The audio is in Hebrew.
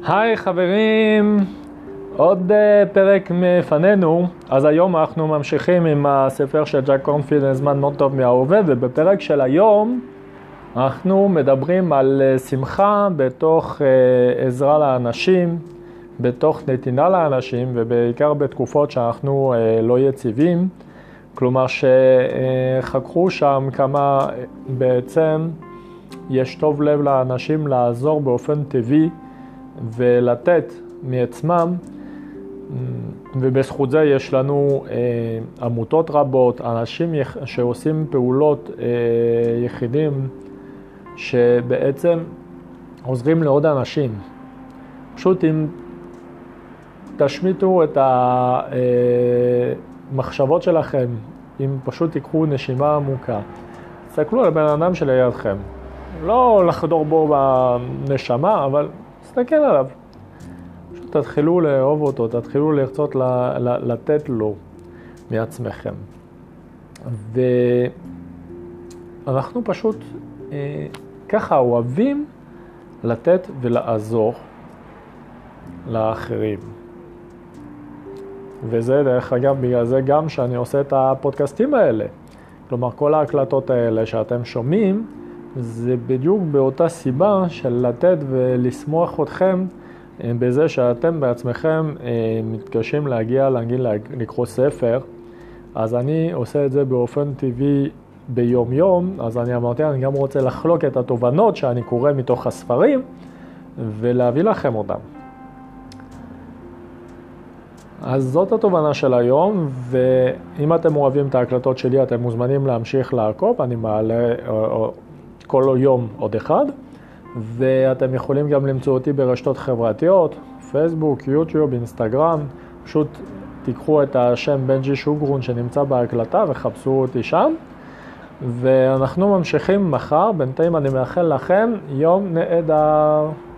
היי חברים, עוד פרק מפנינו. אז היום אנחנו ממשיכים עם הספר של ג'ק קורנפילד, זמן מאוד טוב מההווה, ובפרק של היום אנחנו מדברים על שמחה בתוך עזרה לאנשים, בתוך נתינה לאנשים, ובעיקר בתקופות שאנחנו לא יציבים. כלומר שחככו שם כמה בעצם יש טוב לב לאנשים לעזור באופן טבעי ולתת מעצמם, ובזכות זה יש לנו עמותות רבות, אנשים שעושים פעולות יחידים שבעצם עוזרים לעוד אנשים. פשוט אם תשמיטו את המחשבות שלכם, אם פשוט תיקחו נשימה עמוקה, תסתכלו על בן אדם שלידכם, לא לחדור בו בנשמה, אבל תסתכל עליו. פשוט תתחילו לאהוב אותו, תתחילו לרצות לתת לו מעצמכם. ואנחנו פשוט ככה אוהבים לתת ולעזור לאחרים. וזה דרך אגב בגלל זה גם שאני עושה את הפודקאסטים האלה. כלומר כל ההקלטות האלה שאתם שומעים, זה בדיוק באותה סיבה של לתת ולשמוח אתכם בזה שאתם בעצמכם מתקשים להגיע לקרוא ספר. אז אני עושה את זה באופן טבעי ביום יום, אז אני אמרתי, אני גם רוצה לחלוק את התובנות שאני קורא מתוך הספרים ולהביא לכם אותם. אז זאת התובנה של היום, ואם אתם אוהבים את ההקלטות שלי, אתם מוזמנים להמשיך לעקוב, אני מעלה כל יום עוד אחד, ואתם יכולים גם למצוא אותי ברשתות חברתיות, פייסבוק, יוטיוב, אינסטגרם, פשוט תיקחו את השם בנג'י שוגרון שנמצא בהקלטה וחפשו אותי שם, ואנחנו ממשיכים מחר. בינתיים אני מאחל לכם יום נהדר.